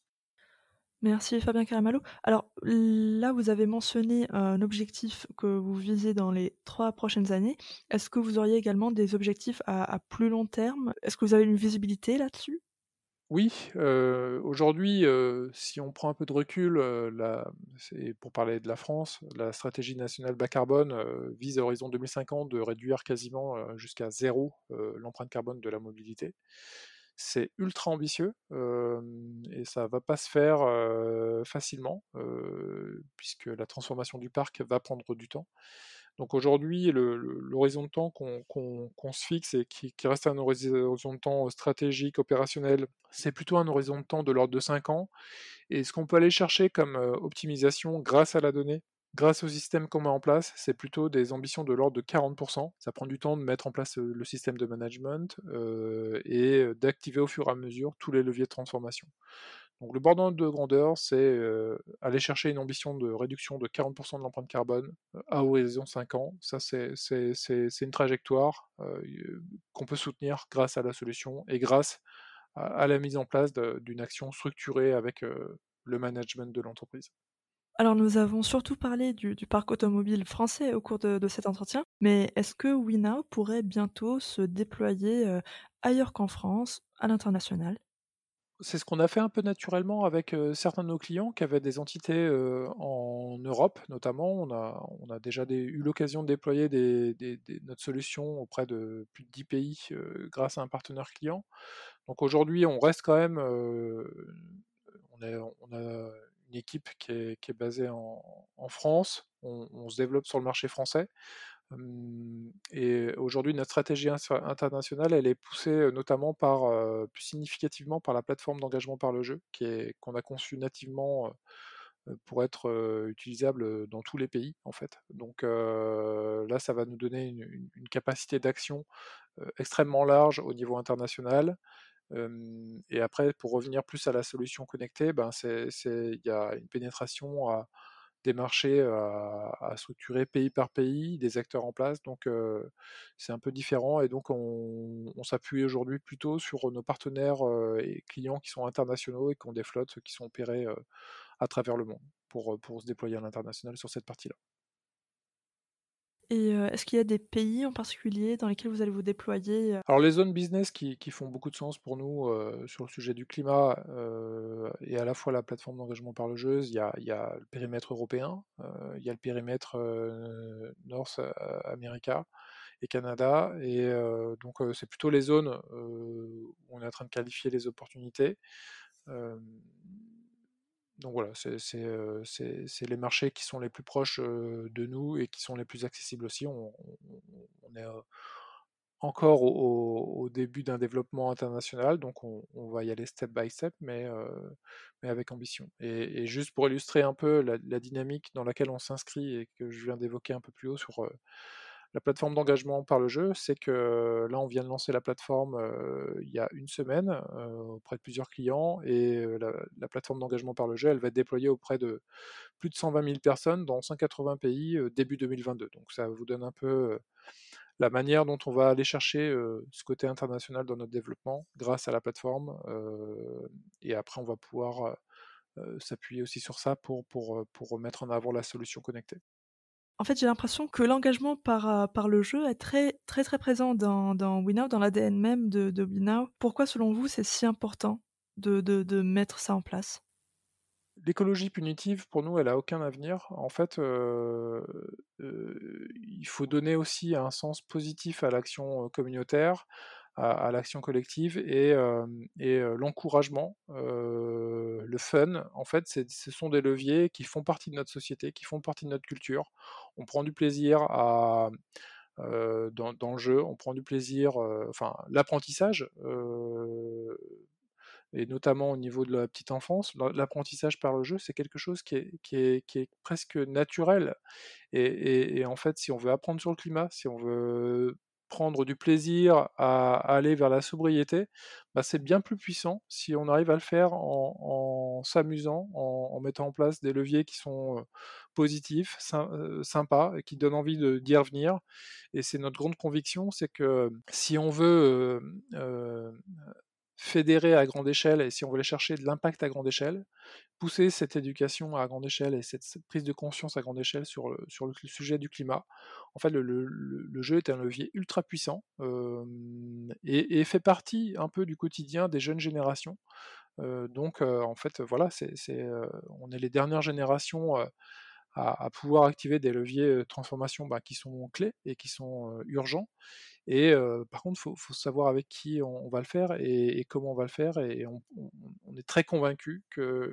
Speaker 1: Merci Fabien Caramalo. Alors là, vous avez mentionné un objectif que vous visez dans les 3 prochaines années. Est-ce que vous auriez également des objectifs à plus long terme? Est-ce que vous avez une visibilité là-dessus?
Speaker 2: Oui, aujourd'hui, si on prend un peu de recul, c'est pour parler de la France, la stratégie nationale bas carbone vise à horizon 2050 de réduire quasiment jusqu'à zéro l'empreinte carbone de la mobilité. C'est ultra ambitieux et ça va pas se faire facilement puisque la transformation du parc va prendre du temps. Donc aujourd'hui, l'horizon de temps qu'on se fixe et qui reste un horizon de temps stratégique, opérationnel, c'est plutôt un horizon de temps de l'ordre de 5 ans. Et ce qu'on peut aller chercher comme optimisation grâce à la donnée, grâce au système qu'on met en place, c'est plutôt des ambitions de l'ordre de 40%. Ça prend du temps de mettre en place le système de management et d'activer au fur et à mesure tous les leviers de transformation. Donc le bordon de grandeur, c'est aller chercher une ambition de réduction de 40% de l'empreinte carbone à horizon 5 ans. Ça, c'est une trajectoire qu'on peut soutenir grâce à la solution et grâce à la mise en place d'une action structurée avec le management de l'entreprise.
Speaker 1: Alors nous avons surtout parlé du parc automobile français au cours de cet entretien, mais est-ce que WeNow pourrait bientôt se déployer, ailleurs qu'en France, à l'international?
Speaker 2: C'est ce qu'on a fait un peu naturellement avec certains de nos clients qui avaient des entités en Europe notamment. On a déjà eu l'occasion de déployer notre solution auprès de plus de 10 pays grâce à un partenaire client. Donc aujourd'hui, on reste quand même, on a une équipe qui est basée en France. on se développe sur le marché français. Et aujourd'hui, notre stratégie internationale, elle est poussée notamment plus significativement par la plateforme d'engagement par le jeu, qu'on a conçue nativement pour être utilisable dans tous les pays, en fait. Donc là, ça va nous donner une capacité d'action extrêmement large au niveau international. Et après, pour revenir plus à la solution connectée, ben il y a une pénétration des marchés à structurer pays par pays, des acteurs en place, donc c'est un peu différent, et donc on s'appuie aujourd'hui plutôt sur nos partenaires et clients qui sont internationaux et qui ont des flottes qui sont opérées à travers le monde pour se déployer à l'international sur cette partie-là.
Speaker 1: Et est-ce qu'il y a des pays en particulier dans lesquels vous allez vous déployer?
Speaker 2: Alors les zones business qui font beaucoup de sens pour nous sur le sujet du climat et à la fois la plateforme d'engagement par le jeu, il y a le périmètre européen, il y a le périmètre North America et Canada, et donc c'est plutôt les zones où on est en train de qualifier les opportunités. Euh, donc voilà, c'est les marchés qui sont les plus proches de nous et qui sont les plus accessibles aussi. On est encore au début d'un développement international, donc on va y aller step by step, mais avec ambition. Et juste pour illustrer un peu la dynamique dans laquelle on s'inscrit et que je viens d'évoquer un peu plus haut sur la plateforme d'engagement par le jeu, c'est que là on vient de lancer la plateforme il y a une semaine auprès de plusieurs clients, et la plateforme d'engagement par le jeu, elle va être déployée auprès de plus de 120 000 personnes dans 180 pays début 2022. Donc ça vous donne un peu la manière dont on va aller chercher ce côté international dans notre développement grâce à la plateforme. Et après, on va pouvoir s'appuyer aussi sur ça pour mettre en avant la solution connectée.
Speaker 1: En fait, j'ai l'impression que l'engagement par le jeu est très, très, très présent dans WeNow, dans l'ADN même de WeNow. Pourquoi, selon vous, c'est si important de mettre ça en place?
Speaker 2: L'écologie punitive, pour nous, elle a aucun avenir. En fait, il faut donner aussi un sens positif à l'action communautaire, à l'action collective, et l'encouragement, le fun. En fait, ce sont des leviers qui font partie de notre société, qui font partie de notre culture. On prend du plaisir dans le jeu, on prend du plaisir, enfin, l'apprentissage. Et notamment au niveau de la petite enfance, l'apprentissage par le jeu, c'est quelque chose qui est presque naturel. Et en fait, si on veut apprendre sur le climat, si on veut prendre du plaisir à aller vers la sobriété, bah, c'est bien plus puissant si on arrive à le faire en s'amusant, en mettant en place des leviers qui sont positifs, sympas, et qui donnent envie d'y revenir. Et c'est notre grande conviction, c'est que si on veut fédérer à grande échelle, et si on voulait chercher de l'impact à grande échelle, pousser cette éducation à grande échelle et cette prise de conscience à grande échelle sur le sujet du climat, en fait, le jeu est un levier ultra puissant et fait partie un peu du quotidien des jeunes générations. Donc, en fait, voilà, on est les dernières générations à pouvoir activer des leviers de transformation bah, qui sont clés et qui sont urgents. Et par contre, faut savoir avec qui on va le faire et comment on va le faire. Et on est très convaincu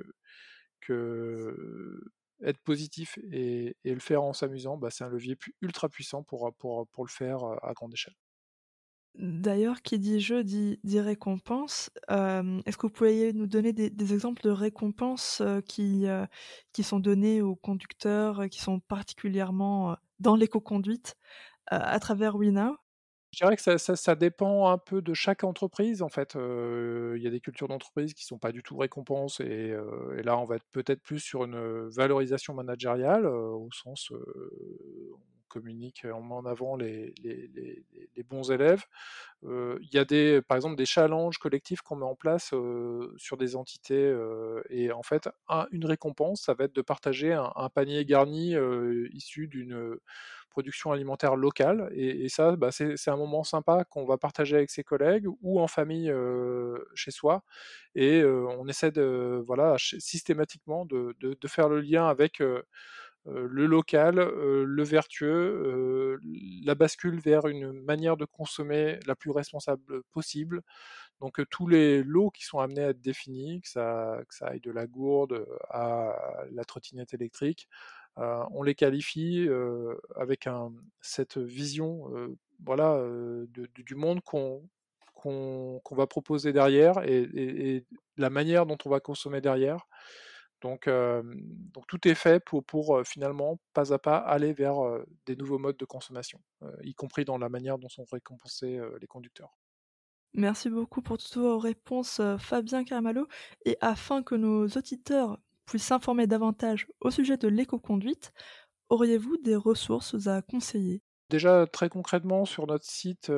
Speaker 2: que être positif et le faire en s'amusant, bah, c'est un levier ultra puissant pour le faire à grande échelle.
Speaker 1: D'ailleurs, qui dit jeu dit récompense. Est-ce que vous pourriez nous donner des exemples de récompenses, qui sont données aux conducteurs, qui sont particulièrement, dans l'éco-conduite, à travers WeNow?
Speaker 2: Je dirais que ça dépend un peu de chaque entreprise, en fait. Il y a des cultures d'entreprise qui sont pas du tout récompenses, et là, on va être peut-être plus sur une valorisation managériale, au sens, on communique, on met en avant les bons élèves. Il y a par exemple des challenges collectifs qu'on met en place sur des entités, et en fait, une récompense, ça va être de partager un panier garni issu d'une production alimentaire locale, et ça, bah, c'est un moment sympa qu'on va partager avec ses collègues ou en famille chez soi, et on essaie voilà, systématiquement de faire le lien avec le local, le vertueux, la bascule vers une manière de consommer la plus responsable possible. Donc tous les lots qui sont amenés à être définis, que ça aille de la gourde à la trottinette électrique, On les qualifie avec cette vision du monde qu'on va proposer derrière et la manière dont on va consommer derrière. Donc tout est fait pour finalement, pas à pas, aller vers des nouveaux modes de consommation, y compris dans la manière dont sont récompensés les conducteurs.
Speaker 1: Merci beaucoup pour toutes vos réponses, Fabien Caramalo. Et afin que nos auditeurs puissent s'informer davantage au sujet de l'éco-conduite, auriez-vous des ressources à conseiller?
Speaker 2: Déjà, très concrètement, sur notre site,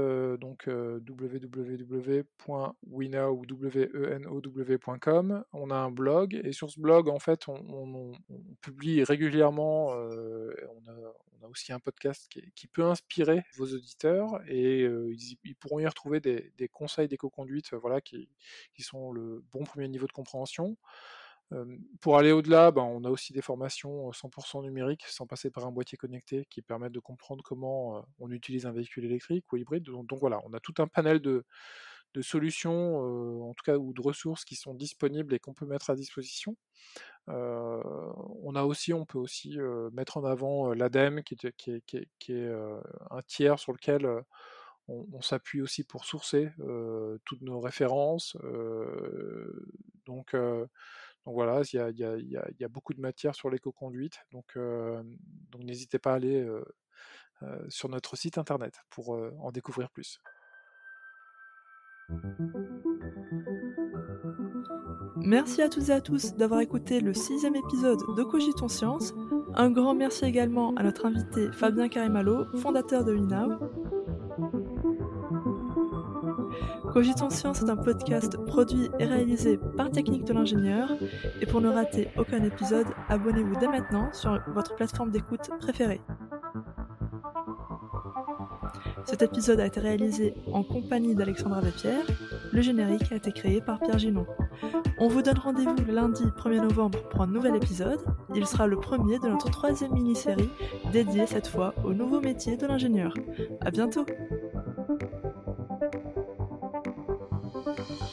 Speaker 2: www.wenow.com, on a un blog et sur ce blog, en fait, on publie régulièrement, on a aussi un podcast qui peut inspirer vos auditeurs et ils pourront y retrouver des conseils d'éco-conduite, voilà, qui sont le bon premier niveau de compréhension. Pour aller au-delà, ben, on a aussi des formations 100% numériques, sans passer par un boîtier connecté, qui permettent de comprendre comment on utilise un véhicule électrique ou hybride. Donc voilà, on a tout un panel de solutions, en tout cas, ou de ressources qui sont disponibles et qu'on peut mettre à disposition. On peut aussi mettre en avant l'ADEME, qui est un tiers sur lequel on s'appuie aussi pour sourcer toutes nos références. Donc voilà, il y a beaucoup de matière sur l'éco-conduite, donc n'hésitez pas à aller sur notre site internet pour en découvrir plus.
Speaker 1: Merci à toutes et à tous d'avoir écouté le 6e épisode de Cogitons Science. Un grand merci également à notre invité Fabien Caramalo, fondateur de WeNow. Cogitons Science est un podcast produit et réalisé par Technique de l'ingénieur. Et pour ne rater aucun épisode, abonnez-vous dès maintenant sur votre plateforme d'écoute préférée. Cet épisode a été réalisé en compagnie d'Alexandra Vépierre. Le générique a été créé par Pierre Ginon. On vous donne rendez-vous le lundi 1er novembre pour un nouvel épisode. Il sera le premier de notre 3e mini-série dédiée cette fois au nouveau métier de l'ingénieur. À bientôt!